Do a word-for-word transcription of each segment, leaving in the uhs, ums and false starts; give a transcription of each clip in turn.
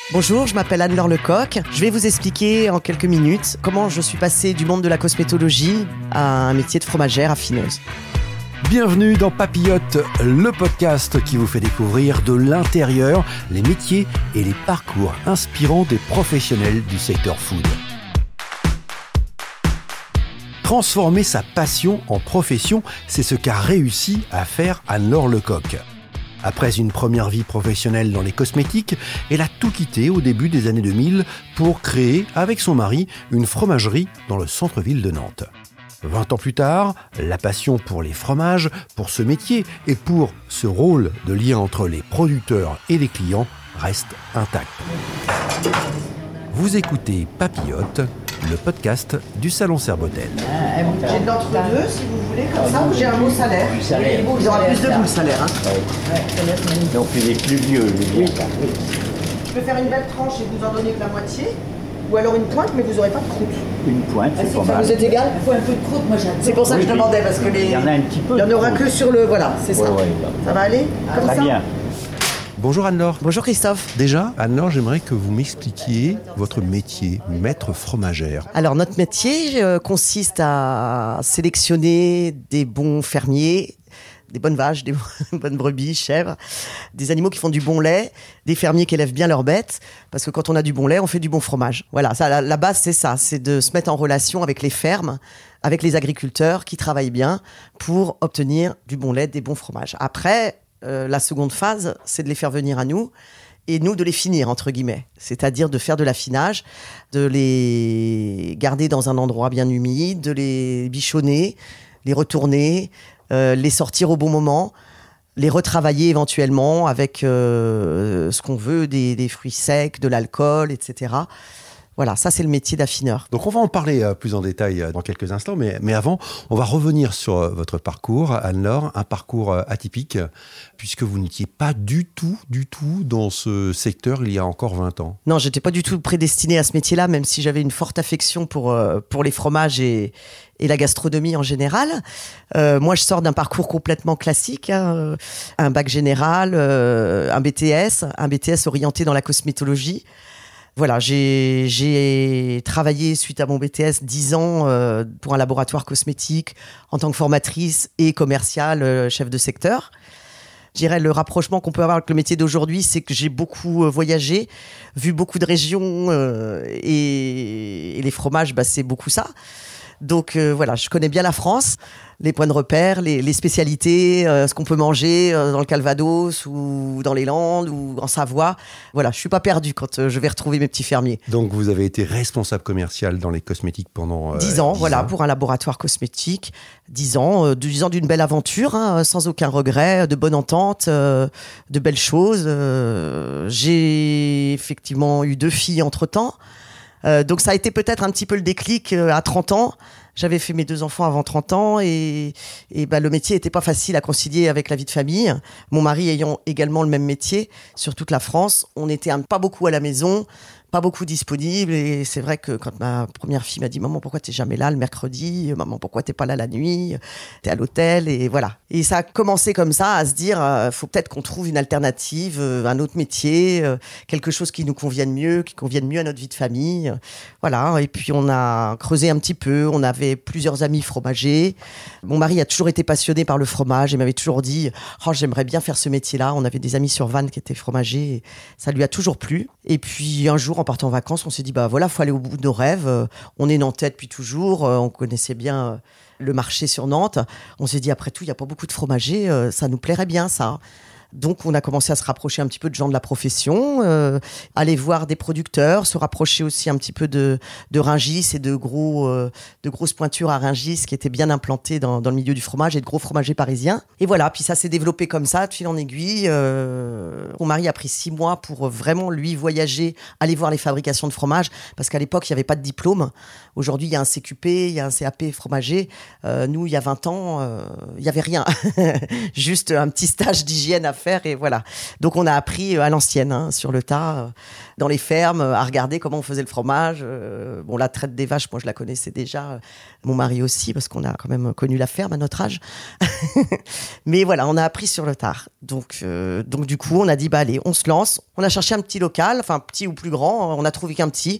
Bonjour, je m'appelle Anne-Laure Lecoq. Je vais vous expliquer en quelques minutes comment je suis passée du monde de la cosmétologie à un métier de fromagère affineuse. Bienvenue dans Papillote, le podcast qui vous fait découvrir de l'intérieur les métiers et les parcours inspirants des professionnels du secteur food. Transformer sa passion en profession, c'est ce qu'a réussi à faire Anne-Laure Lecoq. Après une première vie professionnelle dans les cosmétiques, elle a tout quitté au début des années deux mille pour créer, avec son mari, une fromagerie dans le centre-ville de Nantes. Vingt ans plus tard, la passion pour les fromages, pour ce métier et pour ce rôle de lien entre les producteurs et les clients reste intacte. Vous écoutez Papillote, le podcast du Salon Serbotel. J'ai de l'entre-deux, si vous voulez, comme ça, ou j'ai un beau salaire. salaire. Il aura plus de vous, le salaire. Hein. Ouais. Donc il est plus vieux, lui. Oui. Je peux faire une belle tranche et vous en donner que la moitié, ou alors une pointe, mais vous n'aurez pas de croûte. Une pointe, c'est pas Ça mal. vous est égal ? Il faut un peu de croûte, moi j'adore. C'est pour ça que Oui, je demandais, parce que les... il y en a un petit peu Il n'y en de aura croûte. que sur le... Voilà, c'est ça. Ouais, ouais, ça va aller comme Très ça bien. Bonjour Anne-Laure. Bonjour Christophe. Déjà, Anne-Laure, j'aimerais que vous m'expliquiez votre métier, maître fromagère. Alors notre métier euh, consiste à sélectionner des bons fermiers, des bonnes vaches, des bonnes brebis, chèvres, des animaux qui font du bon lait, des fermiers qui élèvent bien leurs bêtes, parce que quand on a du bon lait, on fait du bon fromage. Voilà, ça, la, la base c'est ça, c'est de se mettre en relation avec les fermes, avec les agriculteurs qui travaillent bien pour obtenir du bon lait, des bons fromages. Après, euh, la seconde phase, c'est de les faire venir à nous et nous de les finir, entre guillemets. C'est-à-dire de faire de l'affinage, de les garder dans un endroit bien humide, de les bichonner, les retourner, Euh, les sortir au bon moment, les retravailler éventuellement avec euh, ce qu'on veut, des, des fruits secs, de l'alcool, et cetera. Voilà, ça c'est le métier d'affineur. Donc on va en parler euh, plus en détail euh, dans quelques instants, mais, mais avant, on va revenir sur euh, votre parcours, Anne-Laure, un parcours euh, atypique, puisque vous n'étiez pas du tout, du tout dans ce secteur il y a encore vingt ans. Non, j'étais pas du tout prédestinée à ce métier-là, même si j'avais une forte affection pour, euh, pour les fromages et, et la gastronomie en général. Euh, moi, je sors d'un parcours complètement classique, hein, un bac général, euh, un B T S, un B T S orienté dans la cosmétologie. Voilà, j'ai, j'ai travaillé suite à mon B T S dix ans euh, pour un laboratoire cosmétique en tant que formatrice et commerciale, euh, chef de secteur. Je dirais le rapprochement qu'on peut avoir avec le métier d'aujourd'hui, c'est que j'ai beaucoup euh, voyagé, vu beaucoup de régions euh, et, et les fromages, bah, c'est beaucoup ça. Donc euh, voilà, je connais bien la France, les points de repère, les, les spécialités, euh, ce qu'on peut manger euh, dans le Calvados ou dans les Landes ou en Savoie. Voilà, je suis pas perdue quand euh, je vais retrouver mes petits fermiers. Donc vous avez été responsable commercial dans les cosmétiques pendant euh, dix ans, dix voilà, ans. pour un laboratoire cosmétique. dix ans, euh, dix ans d'une belle aventure, hein, sans aucun regret, de bonne entente, euh, de belles choses. Euh, j'ai effectivement eu deux filles entre-temps. Euh, donc ça a été peut-être un petit peu le déclic euh, à trente ans. J'avais fait mes deux enfants avant trente ans et, et bah, le métier n'était pas facile à concilier avec la vie de famille. Mon mari ayant également le même métier sur toute la France, on n'était un, pas beaucoup à la maison, pas beaucoup disponibles. Et c'est vrai que quand ma première fille m'a dit « Maman, pourquoi t'es jamais là le mercredi ? Maman, pourquoi t'es pas là la nuit ? T'es à l'hôtel ?» Et voilà. Et ça a commencé comme ça à se dire euh, « Faut peut-être qu'on trouve une alternative, euh, un autre métier, euh, quelque chose qui nous convienne mieux, qui convienne mieux à notre vie de famille. » Voilà. Et puis on a creusé un petit peu. On avait plusieurs amis fromagers. Mon mari a toujours été passionné par le fromage et m'avait toujours dit « Oh, j'aimerais bien faire ce métier-là. » On avait des amis sur Vannes qui étaient fromagers. Et ça lui a toujours plu. Et puis un jour, en partant en vacances, on s'est dit bah voilà, faut aller au bout de nos rêves. Euh, on est nantais depuis toujours, euh, on connaissait bien euh, le marché sur Nantes. On s'est dit après tout, il y a pas beaucoup de fromagers, euh, ça nous plairait bien ça. Donc, on a commencé à se rapprocher un petit peu de gens de la profession, euh, aller voir des producteurs, se rapprocher aussi un petit peu de, de Rungis et de, gros, euh, de grosses pointures à Rungis qui étaient bien implantées dans, dans le milieu du fromage et de gros fromagers parisiens. Et voilà, puis ça s'est développé comme ça, de fil en aiguille. Euh, mon mari a pris six mois pour vraiment, lui, voyager, aller voir les fabrications de fromage, parce qu'à l'époque, il n'y avait pas de diplôme. Aujourd'hui, il y a un C Q P, il y a un C A P fromager. Euh, nous, il y a vingt ans, euh, il n'y avait rien. Juste un petit stage d'hygiène à faire et voilà. Donc on a appris à l'ancienne, hein, sur le tas, dans les fermes, à regarder comment on faisait le fromage. Bon, la traite des vaches, moi je la connaissais déjà, mon mari aussi, parce qu'on a quand même connu la ferme à notre âge. Mais voilà, on a appris sur le tard. Donc, euh, donc du coup, on a dit, bah allez, on se lance. On a cherché un petit local, enfin petit ou plus grand, on a trouvé qu'un petit.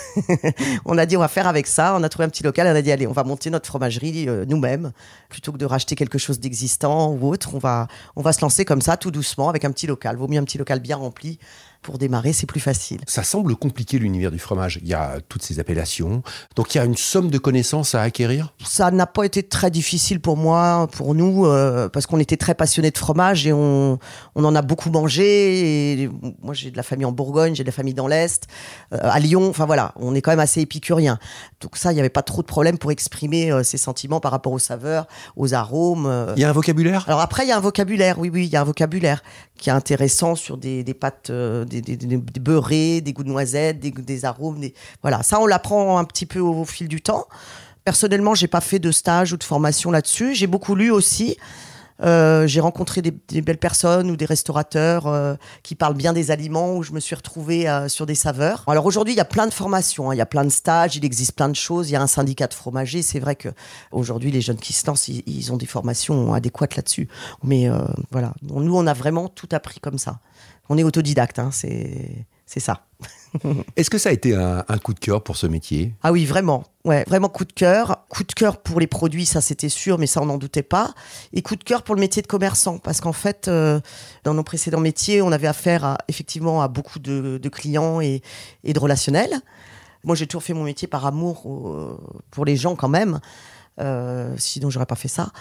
On a dit, on va faire avec ça. On a trouvé un petit local, on a dit, allez, on va monter notre fromagerie euh, nous-mêmes. Plutôt que de racheter quelque chose d'existant ou autre, on va, on va se lancer comme ça, tout doucement, avec un petit local. Vaut mieux un petit local bien rempli. Pour démarrer, c'est plus facile. Ça semble compliqué, l'univers du fromage. Il y a toutes ces appellations. Donc, il y a une somme de connaissances à acquérir. Ça n'a pas été très difficile pour moi, pour nous, euh, parce qu'on était très passionnés de fromage et on, on en a beaucoup mangé. Et moi, j'ai de la famille en Bourgogne, j'ai de la famille dans l'Est, euh, à Lyon. Enfin, voilà, on est quand même assez épicurien. Donc ça, il n'y avait pas trop de problème pour exprimer euh, ses sentiments par rapport aux saveurs, aux arômes. Euh. Il y a un vocabulaire ? Alors après, il y a un vocabulaire, oui, oui, il y a un vocabulaire qui est intéressant sur des, des pâtes... Euh, Des, des, des, des beurrés, des goûts de noisettes, des, des arômes. Des... Voilà, ça, on l'apprend un petit peu au, au fil du temps. Personnellement, j'ai pas fait de stage ou de formation là-dessus. J'ai beaucoup lu aussi. Euh, j'ai rencontré des, des belles personnes ou des restaurateurs euh, qui parlent bien des aliments, où je me suis retrouvée euh, sur des saveurs. Alors aujourd'hui, il y a plein de formations, hein, il y a plein de stages, il existe plein de choses. Il y a un syndicat de fromagers. C'est vrai que aujourd'hui, les jeunes qui se lancent, ils, ils ont des formations adéquates là-dessus. Mais euh, voilà, nous, on a vraiment tout appris comme ça. On est autodidacte, hein, c'est, c'est ça. Est-ce que ça a été un, un coup de cœur pour ce métier ? Ah oui, vraiment. Ouais, vraiment coup de cœur. Coup de cœur pour les produits, ça c'était sûr, mais ça on n'en doutait pas. Et coup de cœur pour le métier de commerçant, parce qu'en fait, euh, dans nos précédents métiers, on avait affaire à, effectivement à beaucoup de, de clients et, et de relationnels. Moi, j'ai toujours fait mon métier par amour euh, pour les gens quand même. Euh, sinon j'aurais pas fait ça.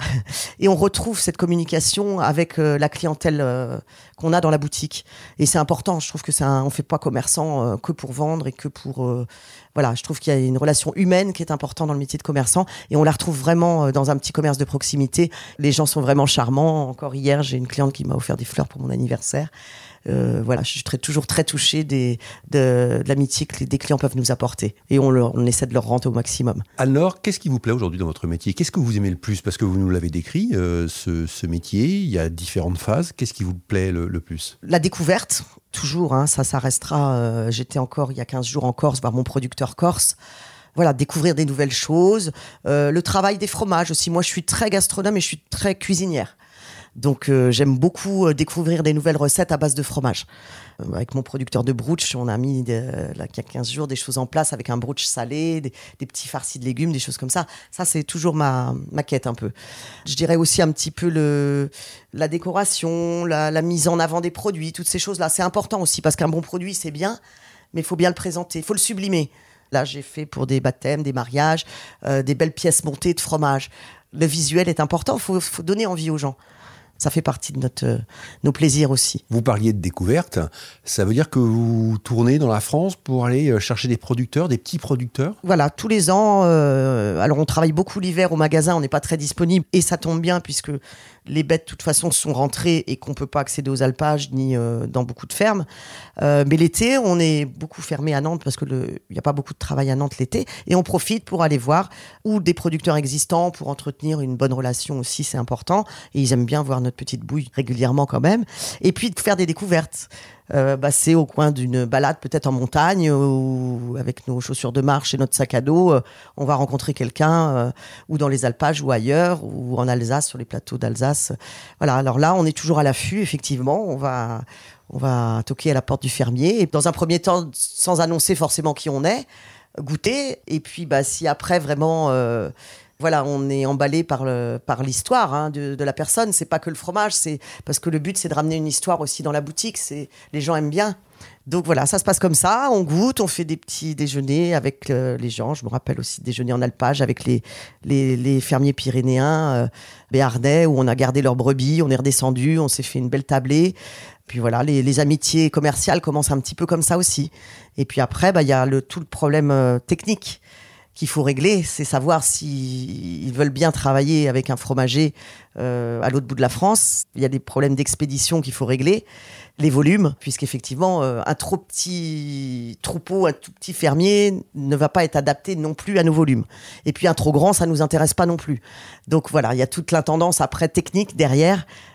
Et on retrouve cette communication avec euh, la clientèle euh, qu'on a dans la boutique. Et c'est important. Je trouve que c'est un, on fait pas commerçant euh, que pour vendre et que pour euh, voilà. Je trouve qu'il y a une relation humaine qui est importante dans le métier de commerçant et on la retrouve vraiment euh, dans un petit commerce de proximité. Les gens sont vraiment charmants. Encore hier, j'ai une cliente qui m'a offert des fleurs pour mon anniversaire. Euh, voilà, je suis très, toujours très touchée des, de, de l'amitié que les, des clients peuvent nous apporter. Et on, leur, on essaie de leur rendre au maximum. Alors, qu'est-ce qui vous plaît aujourd'hui dans votre métier ? Qu'est-ce que vous aimez le plus ? Parce que vous nous l'avez décrit, euh, ce, ce métier, il y a différentes phases. Qu'est-ce qui vous plaît le, le plus ? La découverte, toujours, hein, ça, ça restera. Euh, j'étais encore, il y a quinze jours en Corse, voir mon producteur corse. Voilà, découvrir des nouvelles choses. Euh, le travail des fromages aussi. Moi, je suis très gastronome et je suis très cuisinière. Donc euh, j'aime beaucoup euh, découvrir des nouvelles recettes à base de fromage. Euh, avec mon producteur de brooch, on a mis de, là, il y a quinze jours des choses en place avec un brooch salé, des, des petits farcis de légumes, des choses comme ça. Ça, c'est toujours ma, ma quête un peu. Je dirais aussi un petit peu le, la décoration, la, la mise en avant des produits, toutes ces choses-là. C'est important aussi parce qu'un bon produit, c'est bien, mais il faut bien le présenter, il faut le sublimer. Là, j'ai fait pour des baptêmes, des mariages, euh, des belles pièces montées de fromage. Le visuel est important, il faut, faut donner envie aux gens. Ça fait partie de notre, euh, nos plaisirs aussi. Vous parliez de découverte. Ça veut dire que vous tournez dans la France pour aller chercher des producteurs, des petits producteurs ? Voilà, tous les ans. Euh, alors, on travaille beaucoup l'hiver au magasin. On n'est pas très disponible. Et ça tombe bien puisque les bêtes, de toute façon, sont rentrées et qu'on ne peut pas accéder aux alpages ni euh, dans beaucoup de fermes. Euh, mais l'été, on est beaucoup fermé à Nantes parce qu'il n'y a pas beaucoup de travail à Nantes l'été. Et on profite pour aller voir ou des producteurs existants pour entretenir une bonne relation aussi, c'est important. Et ils aiment bien voir notre petite bouille régulièrement quand même. Et puis de faire des découvertes. Euh, bah, c'est au coin d'une balade peut-être en montagne ou avec nos chaussures de marche et notre sac à dos, euh, on va rencontrer quelqu'un euh, ou dans les alpages ou ailleurs ou en Alsace, sur les plateaux d'Alsace. Voilà, alors là on est toujours à l'affût, effectivement, on va, on va toquer à la porte du fermier et dans un premier temps, sans annoncer forcément qui on est, goûter et puis bah, si après vraiment... Euh, Voilà, on est emballé par, le, par l'histoire hein, de, de la personne. C'est pas que le fromage, c'est parce que le but c'est de ramener une histoire aussi dans la boutique. C'est les gens aiment bien. Donc voilà, ça se passe comme ça. On goûte, on fait des petits déjeuners avec euh, les gens. Je me rappelle aussi de déjeuner en alpage avec les les, les fermiers pyrénéens, euh, béarnais, où on a gardé leurs brebis. On est redescendu, on s'est fait une belle tablée. Puis voilà, les, les amitiés commerciales commencent un petit peu comme ça aussi. Et puis après, bah il y a le tout le problème euh, technique qu'il faut régler, c'est savoir s'ils veulent bien travailler avec un fromager euh, à l'autre bout de la France. Il y a des problèmes d'expédition qu'il faut régler, les volumes, puisqu'effectivement, euh, un trop petit troupeau, un tout petit fermier ne va pas être adapté non plus à nos volumes. Et puis un trop grand, ça ne nous intéresse pas non plus. Donc voilà, il y a toute l'intendance après technique derrière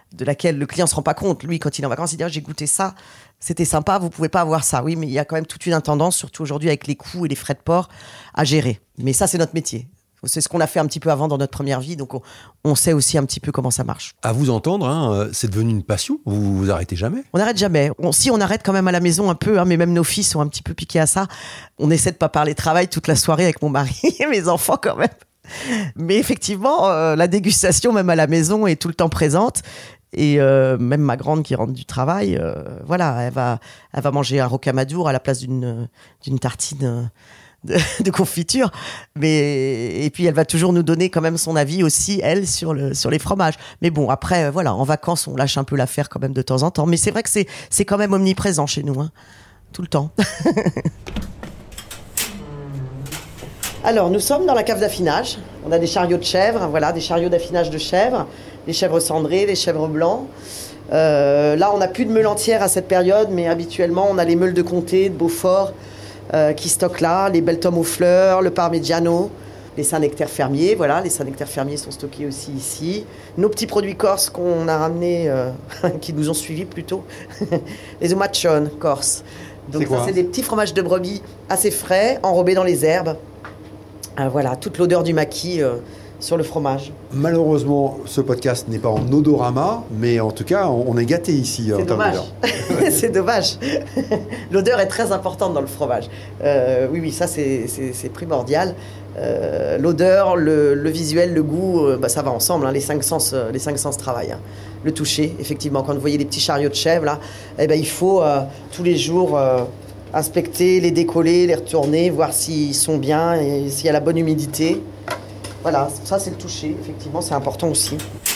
de laquelle le client se rend pas compte. Lui, quand il est en vacances, il dit ah, j'ai goûté ça, c'était sympa, vous pouvez pas avoir ça. Oui, mais il y a quand même toute une intendance, surtout aujourd'hui avec les coûts et les frais de port, à gérer. Mais ça, c'est notre métier. C'est ce qu'on a fait un petit peu avant dans notre première vie, donc on, on sait aussi un petit peu comment ça marche. À vous entendre, hein, c'est devenu une passion, vous vous arrêtez jamais? On n'arrête jamais. On, si on arrête quand même à la maison un peu, hein, mais même nos filles sont un petit peu piquées à ça. On essaie de pas parler travail toute la soirée avec mon mari et mes enfants quand même. Mais effectivement, euh, la dégustation même à la maison est tout le temps présente. Et euh, même ma grande qui rentre du travail, euh, voilà, elle va, elle va manger un rocamadour à la place d'une, d'une tartine de, de confiture. Mais, et puis elle va toujours nous donner quand même son avis aussi, elle, sur, le, sur les fromages. Mais bon, après, euh, voilà, en vacances, on lâche un peu l'affaire quand même de temps en temps. Mais c'est vrai que c'est, c'est quand même omniprésent chez nous, hein, tout le temps. Alors, nous sommes dans la cave d'affinage. On a des chariots de chèvres, voilà, des chariots d'affinage de chèvres, les chèvres cendrées, les chèvres blancs. Euh, là, on n'a plus de meules entières à cette période, mais habituellement, on a les meules de comté, de Beaufort, euh, qui stockent là, les belles tomes aux fleurs, le parmigiano, les Saint-Nectaire fermiers, voilà, les Saint-Nectaire fermiers sont stockés aussi ici. Nos petits produits corses qu'on a ramenés, euh, qui nous ont suivis plutôt, les omaccione corses. Donc ça, c'est des petits fromages de brebis assez frais, enrobés dans les herbes. Euh, voilà, toute l'odeur du maquis euh, sur le fromage. Malheureusement, ce podcast n'est pas en odorama, mais en tout cas, on est gâtés ici. C'est dommage. C'est dommage. L'odeur est très importante dans le fromage. Euh, oui, oui, ça, c'est, c'est, c'est primordial. Euh, l'odeur, le, le visuel, le goût, euh, bah, ça va ensemble. Hein, les cinq sens, euh, les cinq sens travaillent. Hein. Le toucher, effectivement, quand vous voyez les petits chariots de chèvres, là, eh ben, il faut euh, tous les jours... Euh, inspecter, les décoller, les retourner, voir s'ils sont bien et s'il y a la bonne humidité. Voilà, ça c'est le toucher, effectivement, c'est important aussi.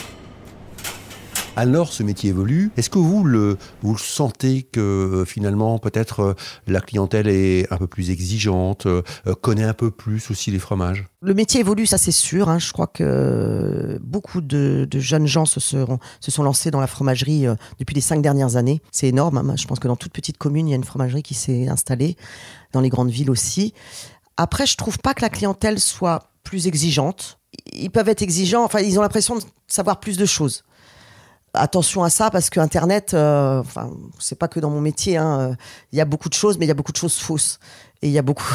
Alors, ce métier évolue. Est-ce que vous le, vous le sentez que finalement, peut-être, euh, la clientèle est un peu plus exigeante, euh, connaît un peu plus aussi les fromages? Le métier évolue, ça c'est sûr. Hein. Je crois que beaucoup de, de jeunes gens se, seront, se sont lancés dans la fromagerie euh, depuis les cinq dernières années. C'est énorme. Hein. Je pense que dans toute petite commune, il y a une fromagerie qui s'est installée, dans les grandes villes aussi. Après, je trouve pas que la clientèle soit plus exigeante. Ils peuvent être exigeants, enfin, ils ont l'impression de savoir plus de choses. Attention à ça parce que Internet, euh, enfin, c'est pas que dans mon métier, hein, il y a beaucoup de choses, mais il y a beaucoup de choses fausses. Et il y a beaucoup,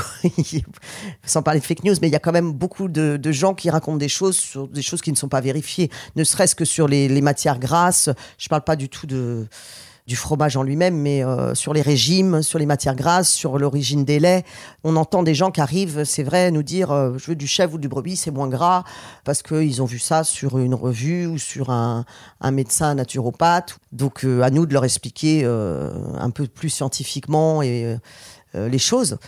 sans parler de fake news, mais il y a quand même beaucoup de, de gens qui racontent des choses sur des choses qui ne sont pas vérifiées, ne serait-ce que sur les, les matières grasses. Je parle pas du tout de du fromage en lui-même, mais euh, sur les régimes, sur les matières grasses, sur l'origine des laits. On entend des gens qui arrivent, c'est vrai, nous dire euh, je veux du chèvre ou du brebis, c'est moins gras, parce qu'ils ont vu ça sur une revue ou sur un, un médecin naturopathe. Donc euh, à nous de leur expliquer euh, un peu plus scientifiquement et, euh, les choses.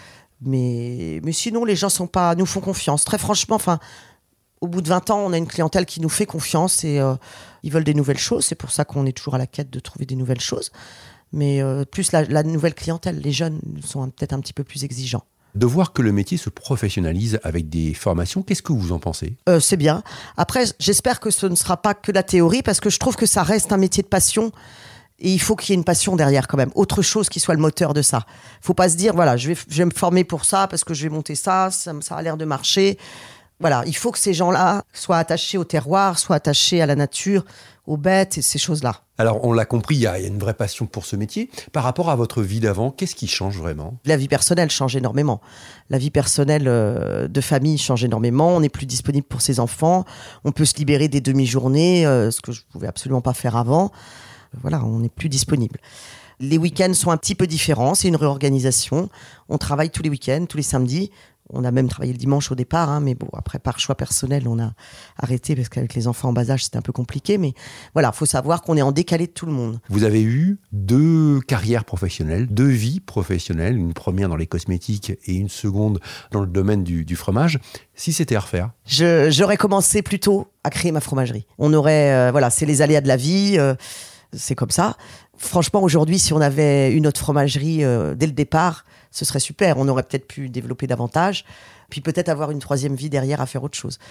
Mais, mais sinon, les gens sont pas, nous font confiance. Très franchement, enfin... Au bout de vingt ans, on a une clientèle qui nous fait confiance et euh, ils veulent des nouvelles choses. C'est pour ça qu'on est toujours à la quête de trouver des nouvelles choses. Mais euh, plus la, la nouvelle clientèle, les jeunes sont peut-être un petit peu plus exigeants. De voir que le métier se professionnalise avec des formations, qu'est-ce que vous en pensez ? euh, C'est bien. Après, j'espère que ce ne sera pas que la théorie parce que je trouve que ça reste un métier de passion. Et il faut qu'il y ait une passion derrière quand même, autre chose qui soit le moteur de ça. Faut pas se dire, voilà, je vais, je vais me former pour ça parce que je vais monter ça, ça, ça a l'air de marcher. Voilà, il faut que ces gens-là soient attachés au terroir, soient attachés à la nature, aux bêtes et ces choses-là. Alors, on l'a compris, il y, y a une vraie passion pour ce métier. Par rapport à votre vie d'avant, qu'est-ce qui change vraiment ? La vie personnelle change énormément. La vie personnelle euh, de famille change énormément. On n'est plus disponible pour ses enfants. On peut se libérer des demi-journées, euh, ce que je ne pouvais absolument pas faire avant. Voilà, on n'est plus disponible. Les week-ends sont un petit peu différents. C'est une réorganisation. On travaille tous les week-ends, tous les samedis. On a même travaillé le dimanche au départ, hein, mais bon, après, par choix personnel, on a arrêté parce qu'avec les enfants en bas âge, c'était un peu compliqué. Mais voilà, il faut savoir qu'on est en décalé de tout le monde. Vous avez eu deux carrières professionnelles, deux vies professionnelles, une première dans les cosmétiques et une seconde dans le domaine du, du fromage. Si c'était à refaire ? Je, J'aurais commencé plutôt à créer ma fromagerie. On aurait, euh, voilà, c'est les aléas de la vie, euh, c'est comme ça. Franchement, aujourd'hui, si on avait une autre fromagerie euh, dès le départ, ce serait super. On aurait peut-être pu développer davantage, puis peut-être avoir une troisième vie derrière à faire autre chose.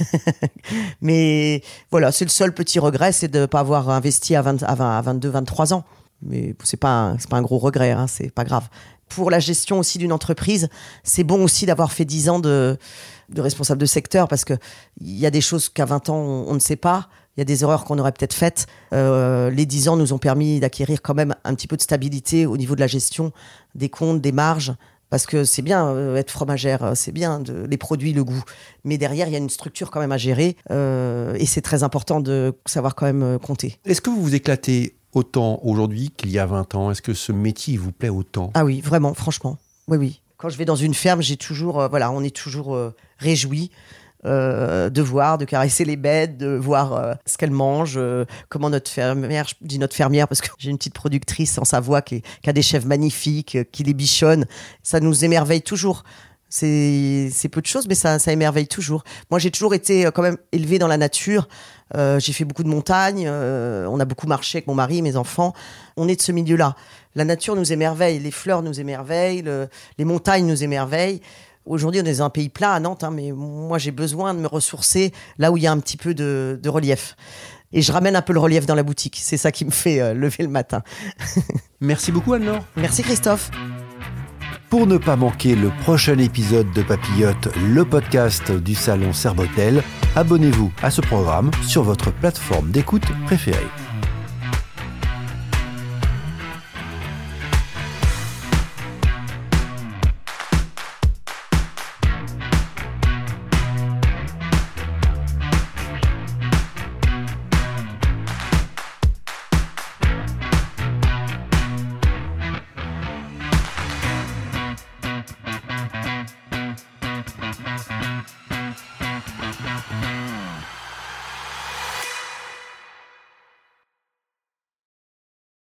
Mais voilà, c'est le seul petit regret, c'est de ne pas avoir investi à, vingt, à, vingt, à vingt-deux, vingt-trois ans. Mais c'est pas un, c'est pas un gros regret, hein, c'est pas grave. Pour la gestion aussi d'une entreprise, c'est bon aussi d'avoir fait dix ans de, de responsable de secteur parce qu'il y a des choses qu'à vingt ans, on, on ne sait pas. Il y a des erreurs qu'on aurait peut-être faites. Euh, les dix ans nous ont permis d'acquérir quand même un petit peu de stabilité au niveau de la gestion des comptes, des marges. Parce que c'est bien euh, être fromagère, c'est bien de, les produits, le goût. Mais derrière, il y a une structure quand même à gérer. Euh, et c'est très important de savoir quand même compter. Est-ce que vous vous éclatez autant aujourd'hui qu'il y a vingt ans ? Est-ce que ce métier vous plaît autant ? Ah oui, vraiment, franchement. Oui, oui. Quand je vais dans une ferme, j'ai toujours, euh, voilà, on est toujours euh, réjouis. Euh, de voir, de caresser les bêtes, de voir euh, ce qu'elles mangent, euh, comment notre fermière, je dis notre fermière parce que j'ai une petite productrice en Savoie qui, est, qui a des chèvres magnifiques, euh, qui les bichonne. Ça nous émerveille toujours. C'est, c'est peu de choses, mais ça, ça émerveille toujours. Moi, j'ai toujours été euh, quand même élevée dans la nature. Euh, j'ai fait beaucoup de montagnes. Euh, on a beaucoup marché avec mon mari, mes enfants. On est de ce milieu-là. La nature nous émerveille, les fleurs nous émerveillent, le, les montagnes nous émerveillent. Aujourd'hui, on est dans un pays plat à Nantes, hein, mais moi, j'ai besoin de me ressourcer là où il y a un petit peu de, de relief. Et je ramène un peu le relief dans la boutique. C'est ça qui me fait euh, lever le matin. Merci beaucoup, Anne-Laure. Merci, Christophe. Pour ne pas manquer le prochain épisode de Papillote, le podcast du Salon Serbotel, abonnez-vous à ce programme sur votre plateforme d'écoute préférée.